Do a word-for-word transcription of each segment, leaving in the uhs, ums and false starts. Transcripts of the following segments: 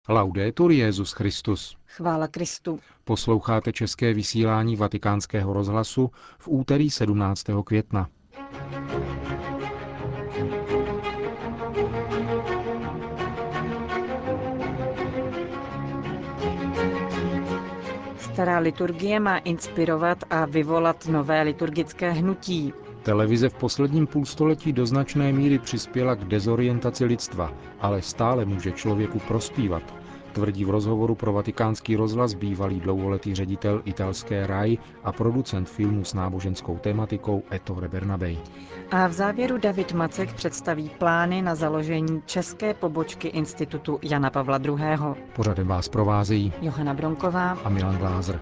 Laudetur Jesus Christus. Chvála Kristu. Posloucháte české vysílání Vatikánského rozhlasu v úterý sedmnáctého května. Stará liturgie má inspirovat a vyvolat nové liturgické hnutí. Televize v posledním půlstoletí do značné míry přispěla k dezorientaci lidstva, ale stále může člověku prospívat, tvrdí v rozhovoru pro Vatikánský rozhlas bývalý dlouholetý ředitel italské R A I a producent filmů s náboženskou tematikou Ettore Bernabei. A v závěru David Macek představí plány na založení české pobočky Institutu Jana Pavla druhého. Pořadem vás provázejí Johana Bronková a Milan Glázer.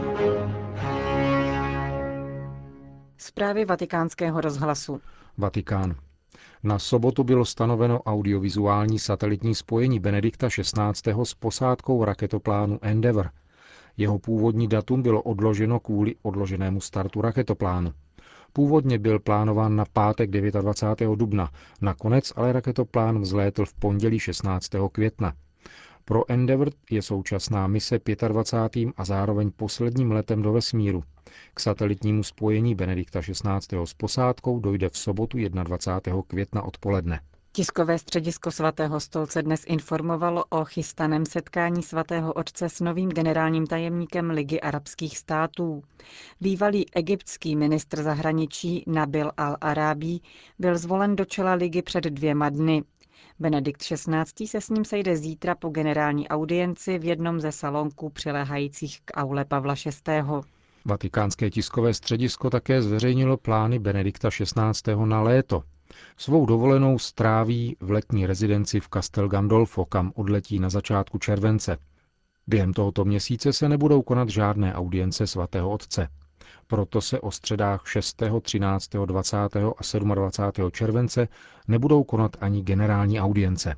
Zprávy Vatikánského rozhlasu. Vatikán. Na sobotu bylo stanoveno audiovizuální satelitní spojení Benedikta šestnáctého s posádkou raketoplánu Endeavour. Jeho původní datum bylo odloženo kvůli odloženému startu raketoplánu. Původně byl plánován na pátek dvacátého devátého dubna, nakonec ale raketoplán vzlétl v pondělí šestnáctého května. Pro Endeavour je současná mise dvacátým pátým a zároveň posledním letem do vesmíru. K satelitnímu spojení Benedikta šestnáctého s posádkou dojde v sobotu dvacátého prvního května odpoledne. Tiskové středisko svatého stolce dnes informovalo o chystaném setkání svatého otce s novým generálním tajemníkem Ligy arabských států. Bývalý egyptský ministr zahraničí Nabil al-Arábí byl zvolen do čela ligy před dvěma dny. Benedikt šestnáctý se s ním sejde zítra po generální audienci v jednom ze salonků přiléhajících k aule Pavla šestého. Vatikánské tiskové středisko také zveřejnilo plány Benedikta šestnáctého na léto. Svou dovolenou stráví v letní rezidenci v Castel Gandolfo, kam odletí na začátku července. Během tohoto měsíce se nebudou konat žádné audience svatého otce. Proto se o středách šestého, třináctého, dvacátého a dvacátého sedmého července nebudou konat ani generální audience.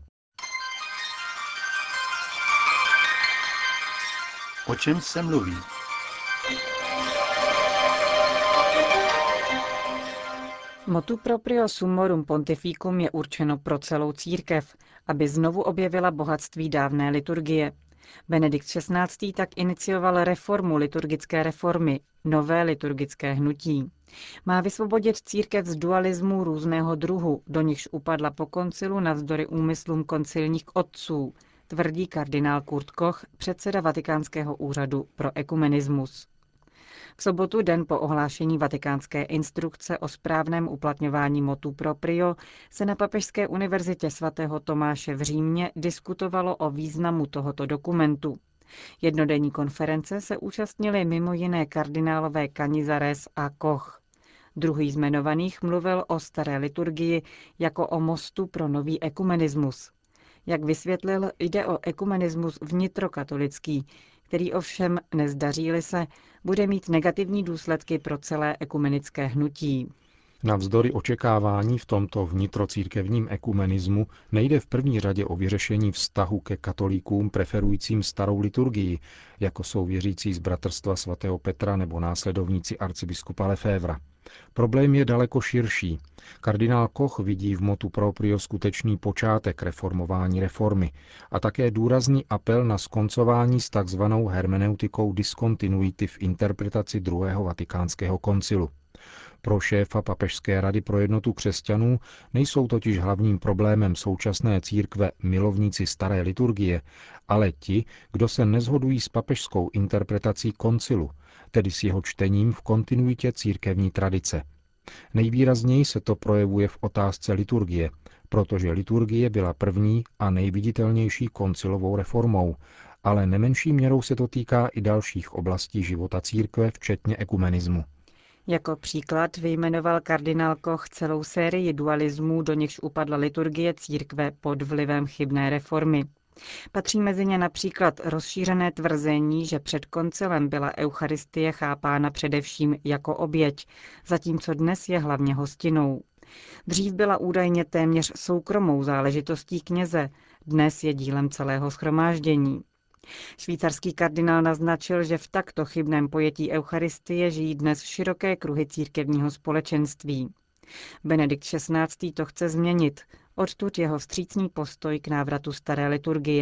O čem se mluví? Motu proprio summorum pontificum je určeno pro celou církev, aby znovu objevila bohatství dávné liturgie. Benedikt šestnáctý tak inicioval reformu liturgické reformy, nové liturgické hnutí. Má vysvobodit církev z dualismu různého druhu, do nichž upadla po koncilu navzdory úmyslům koncilních otců, tvrdí kardinál Kurt Koch, předseda Vatikánského úřadu pro ekumenismus. V sobotu, den po ohlášení vatikánské instrukce o správném uplatňování motu proprio, se na Papežské univerzitě svatého Tomáše v Římě diskutovalo o významu tohoto dokumentu. Jednodenní konference se účastnili mimo jiné kardinálové Canizares a Koch. Druhý z jmenovaných mluvil o staré liturgii jako o mostu pro nový ekumenismus. Jak vysvětlil, jde o ekumenismus vnitrokatolický, který ovšem, nezdaří-li se, bude mít negativní důsledky pro celé ekumenické hnutí. Navzdory očekávání v tomto vnitrocírkevním ekumenismu nejde v první řadě o vyřešení vztahu ke katolíkům preferujícím starou liturgii, jako jsou věřící z bratrstva svatého Petra nebo následovníci arcibiskupa Lefevra. Problém je daleko širší. Kardinál Koch vidí v motu proprio skutečný počátek reformování reformy a také důrazný apel na skoncování s takzvanou hermeneutikou diskontinuity v interpretaci druhého vatikánského koncilu. Pro šéfa Papežské rady pro jednotu křesťanů nejsou totiž hlavním problémem současné církve milovníci staré liturgie, ale ti, kdo se neshodují s papežskou interpretací koncilu, tedy s jeho čtením v kontinuitě církevní tradice. Nejvýrazněji se to projevuje v otázce liturgie, protože liturgie byla první a nejviditelnější koncilovou reformou, ale nemenší měrou se to týká i dalších oblastí života církve, včetně ekumenismu. Jako příklad vyjmenoval kardinál Koch celou sérii dualismů, do nichž upadla liturgie církve pod vlivem chybné reformy. Patří mezi ně například rozšířené tvrzení, že před koncilem byla eucharistie chápána především jako oběť, zatímco dnes je hlavně hostinou. Dřív byla údajně téměř soukromou záležitostí kněze, dnes je dílem celého shromáždění. Švýcarský kardinál naznačil, že v takto chybném pojetí eucharistie žijí dnes široké kruhy církevního společenství. Benedikt šestnáctý to chce změnit, odtud jeho vstřícný postoj k návratu staré liturgie.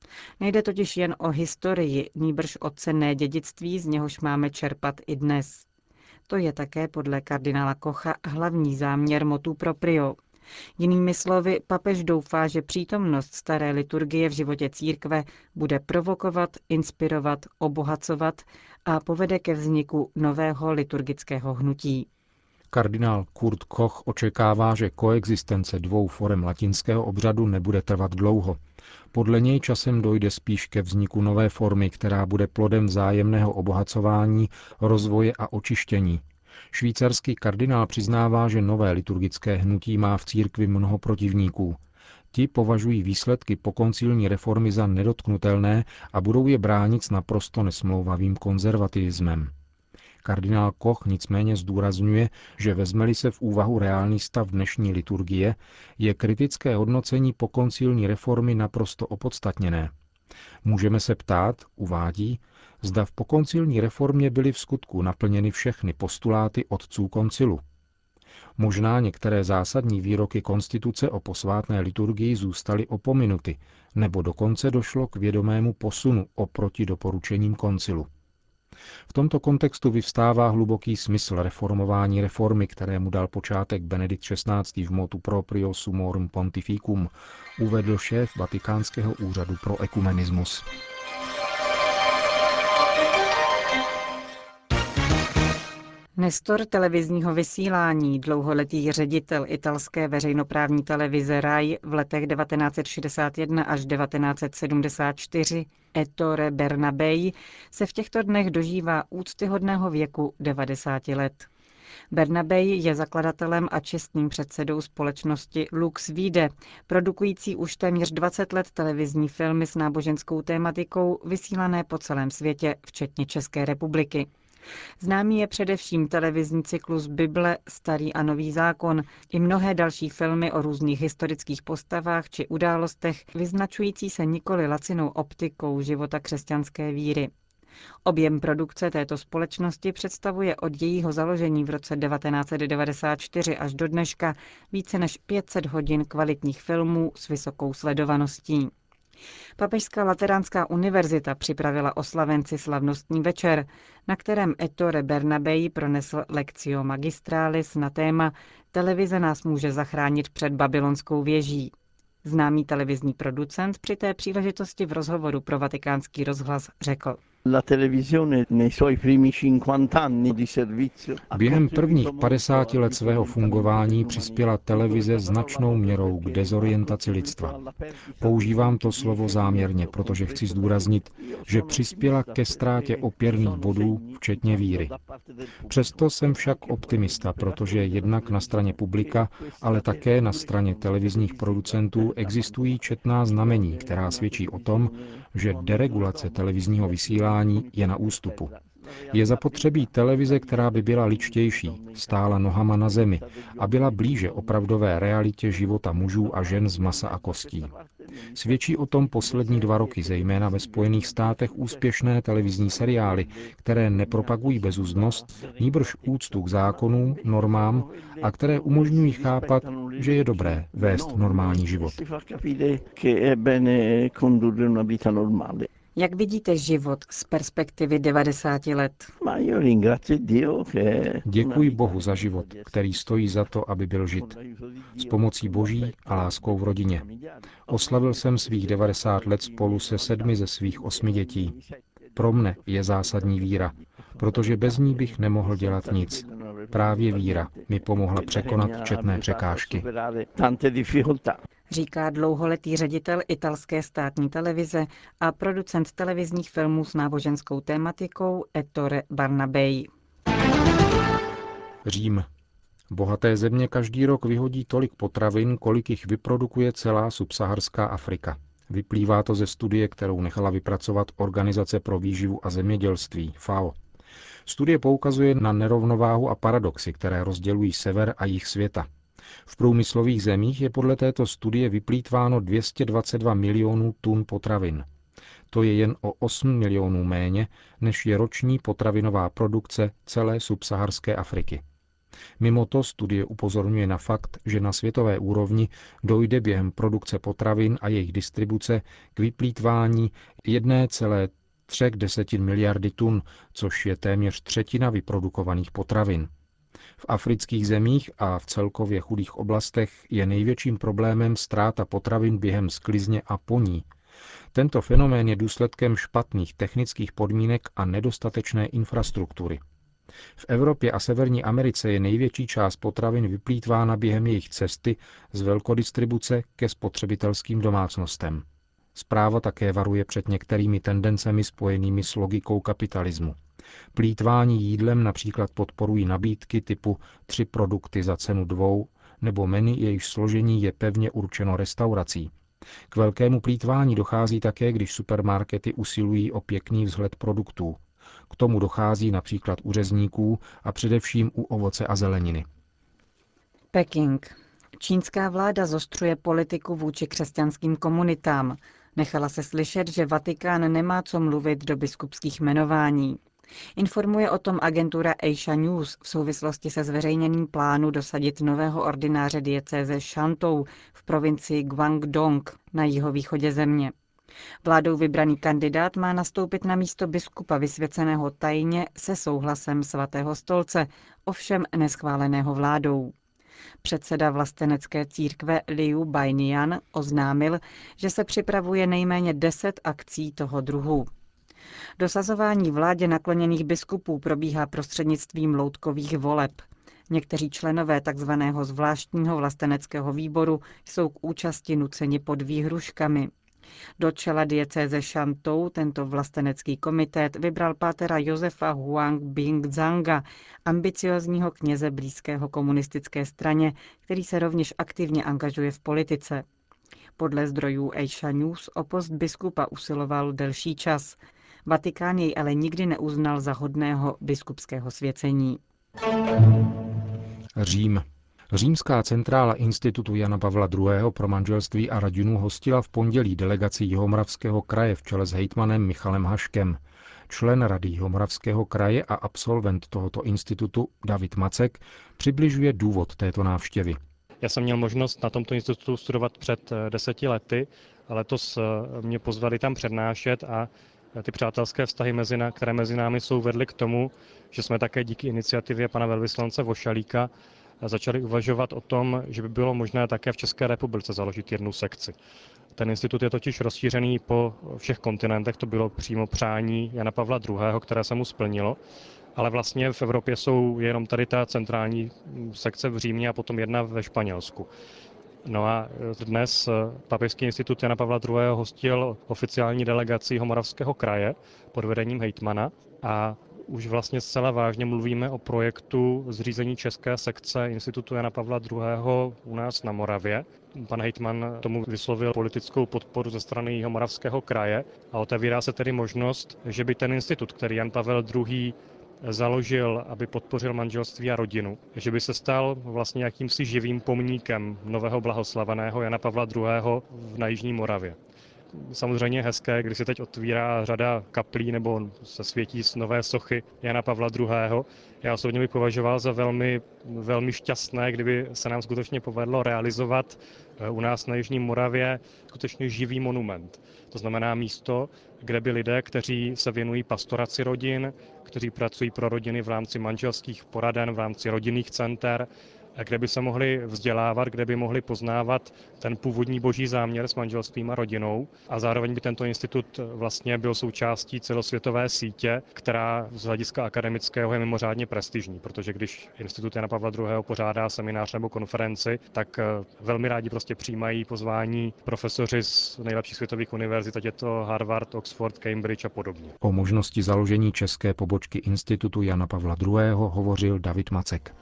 Nejde totiž jen o historii, nýbrž o cenné dědictví, z něhož máme čerpat i dnes. To je také podle kardinála Kocha hlavní záměr motu proprio. Jinými slovy, papež doufá, že přítomnost staré liturgie v životě církve bude provokovat, inspirovat, obohacovat a povede ke vzniku nového liturgického hnutí. Kardinál Kurt Koch očekává, že koexistence dvou forem latinského obřadu nebude trvat dlouho. Podle něj časem dojde spíš ke vzniku nové formy, která bude plodem vzájemného obohacování, rozvoje a očištění. Švýcarský kardinál přiznává, že nové liturgické hnutí má v církvi mnoho protivníků. Ti považují výsledky pokoncilní reformy za nedotknutelné a budou je bránit s naprosto nesmlouvavým konzervativismem. Kardinál Koch nicméně zdůrazňuje, že vezme-li se v úvahu reálný stav dnešní liturgie, je kritické hodnocení pokoncilní reformy naprosto opodstatněné. Můžeme se ptát, uvádí, zda v pokoncilní reformě byly v skutku naplněny všechny postuláty otců koncilu. Možná některé zásadní výroky konstituce o posvátné liturgii zůstaly opominuty, nebo dokonce došlo k vědomému posunu oproti doporučením koncilu. V tomto kontextu vyvstává hluboký smysl reformování reformy, kterému dal počátek Benedikt šestnáctý v motu proprio Summorum Pontificum, uvedl šéf Vatikánského úřadu pro ekumenismus. Nestor televizního vysílání, dlouholetý ředitel italské veřejnoprávní televize Rai v letech devatenáct set šedesát jedna až devatenáct set sedmdesát čtyři, Ettore Bernabei, se v těchto dnech dožívá úctyhodného věku devadesáti let. Bernabei je zakladatelem a čestným předsedou společnosti Lux Vide, produkující už téměř dvacet let televizní filmy s náboženskou tématikou, vysílané po celém světě, včetně České republiky. Známý je především televizní cyklus Bible, Starý a Nový zákon i mnohé další filmy o různých historických postavách či událostech, vyznačující se nikoli lacinou optikou života křesťanské víry. Objem produkce této společnosti představuje od jejího založení v roce devatenáct set devadesát čtyři až do dneška více než pět set hodin kvalitních filmů s vysokou sledovaností. Papežská lateránská univerzita připravila oslavenci slavnostní večer, na kterém Ettore Bernabei pronesl Lectio Magistralis na téma Televize nás může zachránit před babylonskou věží. Známý televizní producent při té příležitosti v rozhovoru pro Vatikánský rozhlas řekl: Během prvních padesáti let svého fungování přispěla televize značnou měrou k dezorientaci lidstva. Používám to slovo záměrně, protože chci zdůraznit, že přispěla ke ztrátě opěrných bodů, včetně víry. Přesto jsem však optimista, protože jednak na straně publika, ale také na straně televizních producentů existují četná znamení, která svědčí o tom, že deregulace televizního vysílání je na ústupu. Je zapotřebí televize, která by byla ličtější, stála nohama na zemi a byla blíže opravdové realitě života mužů a žen z masa a kostí. Svědčí o tom poslední dva roky, zejména ve Spojených státech úspěšné televizní seriály, které nepropagují bezuzdnost, nýbrž úctu k zákonům, normám a které umožňují chápat, že je dobré vést normální život. Jak vidíte život z perspektivy devadesáti let? Děkuji Bohu za život, který stojí za to, aby byl žit. S pomocí Boží a láskou v rodině. Oslavil jsem svých devadesát let spolu se sedmi ze svých osmi dětí. Pro mne je zásadní víra, protože bez ní bych nemohl dělat nic. Právě víra mi pomohla překonat četné překážky. Říká dlouholetý ředitel italské státní televize a producent televizních filmů s náboženskou tématikou Ettore Bernabei. Řím. Bohaté země každý rok vyhodí tolik potravin, kolik jich vyprodukuje celá subsaharská Afrika. Vyplývá to ze studie, kterou nechala vypracovat Organizace pro výživu a zemědělství F A O. Studie poukazuje na nerovnováhu a paradoxy, které rozdělují sever a jih světa. V průmyslových zemích je podle této studie vyplýtváno dvě stě dvacet dva milionů tun potravin. To je jen o osm milionů méně, než je roční potravinová produkce celé subsaharské Afriky. Mimo to studie upozorňuje na fakt, že na světové úrovni dojde během produkce potravin a jejich distribuce k vyplýtvání jedna celá tři miliardy tun, což je téměř třetina vyprodukovaných potravin. V afrických zemích a v celkově chudých oblastech je největším problémem ztráta potravin během sklizně a poní. Tento fenomén je důsledkem špatných technických podmínek a nedostatečné infrastruktury. V Evropě a Severní Americe je největší část potravin vyplýtvána během jejich cesty z velkodistribuce ke spotřebitelským domácnostem. Zpráva také varuje před některými tendencemi spojenými s logikou kapitalismu. Plýtvání jídlem například podporují nabídky typu tři produkty za cenu dvou nebo menu, jejichž složení je pevně určeno restaurací. K velkému plýtvání dochází také, když supermarkety usilují o pěkný vzhled produktů. K tomu dochází například u řezníků a především u ovoce a zeleniny. Peking. Čínská vláda zostřuje politiku vůči křesťanským komunitám. Nechala se slyšet, že Vatikán nemá co mluvit do biskupských jmenování. Informuje o tom agentura Asia News v souvislosti se zveřejněným plánu dosadit nového ordináře diecéze Shantou v provincii Guangdong na jihovýchodě země. Vládou vybraný kandidát má nastoupit na místo biskupa vysvěceného tajně se souhlasem svatého stolce, ovšem neschváleného vládou. Předseda vlastenecké církve Liu Bainian oznámil, že se připravuje nejméně deset akcí toho druhu. Dosazování vládě nakloněných biskupů probíhá prostřednictvím loutkových voleb. Někteří členové tzv. Zvláštního vlasteneckého výboru jsou k účasti nuceni pod výhruškami. Do čela diecéze Shantou tento vlastenecký komitét vybral pátera Josefa Huang Bingzanga, ambiciozního kněze blízkého komunistické straně, který se rovněž aktivně angažuje v politice. Podle zdrojů Asia News o post biskupa usiloval delší čas. Vatikán jej ale nikdy neuznal za hodného biskupského svěcení. Řím. Římská centrála Institutu Jana Pavla druhého. pro manželství a rodinu hostila v pondělí delegaci Jihomoravského kraje v čele s hejtmanem Michalem Haškem. Člen rady Jihomoravského kraje a absolvent tohoto institutu David Macek přibližuje důvod této návštěvy. Já jsem měl možnost na tomto institutu studovat před deseti lety a letos mě pozvali tam přednášet a ty přátelské vztahy, mezi na, které mezi námi jsou, vedly k tomu, že jsme také díky iniciativě pana velvyslance Vošalíka začali uvažovat o tom, že by bylo možné také v České republice založit jednu sekci. Ten institut je totiž rozšířený po všech kontinentech, to bylo přímo přání Jana Pavla druhého., které se mu splnilo, ale vlastně v Evropě jsou jenom tady ta centrální sekce v Římě a potom jedna ve Španělsku. No a dnes Papežský institut Jana Pavla druhého. hostil oficiální delegaci Jihomoravského kraje pod vedením hejtmana a už vlastně zcela vážně mluvíme o projektu zřízení české sekce Institutu Jana Pavla druhého. u nás na Moravě. Pan hejtman tomu vyslovil politickou podporu ze strany Jihomoravského kraje a otevírá se tedy možnost, že by ten institut, který Jan Pavel druhý. založil, aby podpořil manželství a rodinu, že by se stal vlastně jakýmsi živým pomníkem nového blahoslaveného Jana Pavla druhého. na Jižní Moravě. Samozřejmě je hezké, když se teď otvírá řada kaplí nebo se světí nové sochy Jana Pavla druhého. Já osobně bych považoval za velmi, velmi šťastné, kdyby se nám skutečně povedlo realizovat u nás na Jižní Moravě skutečně živý monument. To znamená místo, kde by lidé, kteří se věnují pastoraci rodin, kteří pracují pro rodiny v rámci manželských poraden, v rámci rodinných center, kde by se mohli vzdělávat, kde by mohli poznávat ten původní boží záměr s manželstvím a rodinou. A zároveň by tento institut vlastně byl součástí celosvětové sítě, která z hlediska akademického je mimořádně prestižní, protože když Institut Jana Pavla druhého. pořádá seminář nebo konferenci, tak velmi rádi prostě přijímají pozvání profesoři z nejlepších světových univerzit, ať je to Harvard, Oxford, Cambridge a podobně. O možnosti založení české pobočky Institutu Jana Pavla druhého. hovořil David Macek.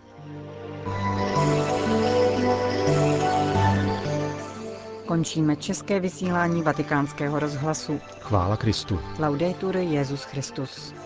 Končíme české vysílání Vatikánského rozhlasu. Chvála Kristu. Laudetur Jesus Christus.